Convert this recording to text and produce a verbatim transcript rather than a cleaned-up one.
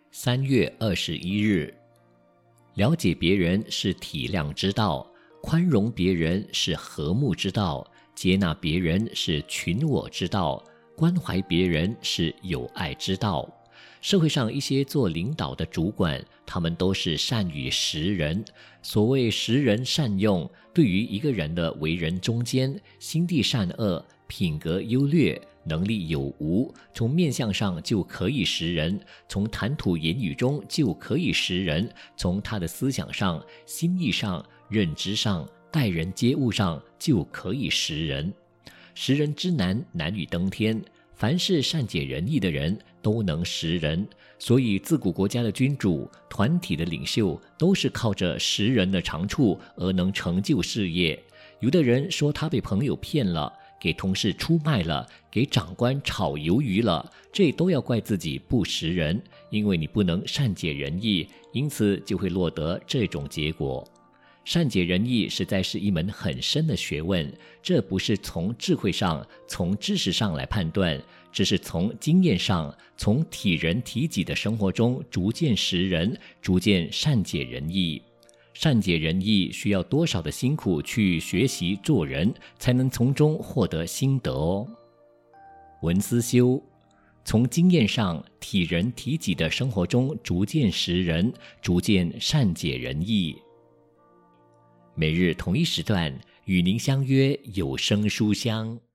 三月二十一日，了解别人是体谅之道，宽容别人是和睦之道，接纳别人是群我之道，关怀别人是友爱之道。社会上一些做领导的主管，他们都是善于识人。所谓识人善用，对于一个人的为人中间、心地善恶、品格优劣、能力有无，从面相上就可以识人，从谈吐言语中就可以识人，从他的思想上、心意上、认知上、待人接物上就可以识人。识人之难，难于登天。凡是善解人意的人都能识人，所以自古国家的君主、团体的领袖都是靠着识人的长处而能成就事业。有的人说他被朋友骗了，给同事出卖了，给长官炒鱿鱼了，这都要怪自己不识人，因为你不能善解人意，因此就会落得这种结果。善解人意实在是一门很深的学问，这不是从智慧上、从知识上来判断，只是从经验上、从体人体己的生活中逐渐识人，逐渐善解人意。善解人意需要多少的辛苦去学习做人，才能从中获得心得哦。文思修，从经验上、体人体己的生活中逐渐识人，逐渐善解人意。每日同一时段与您相约有声书香。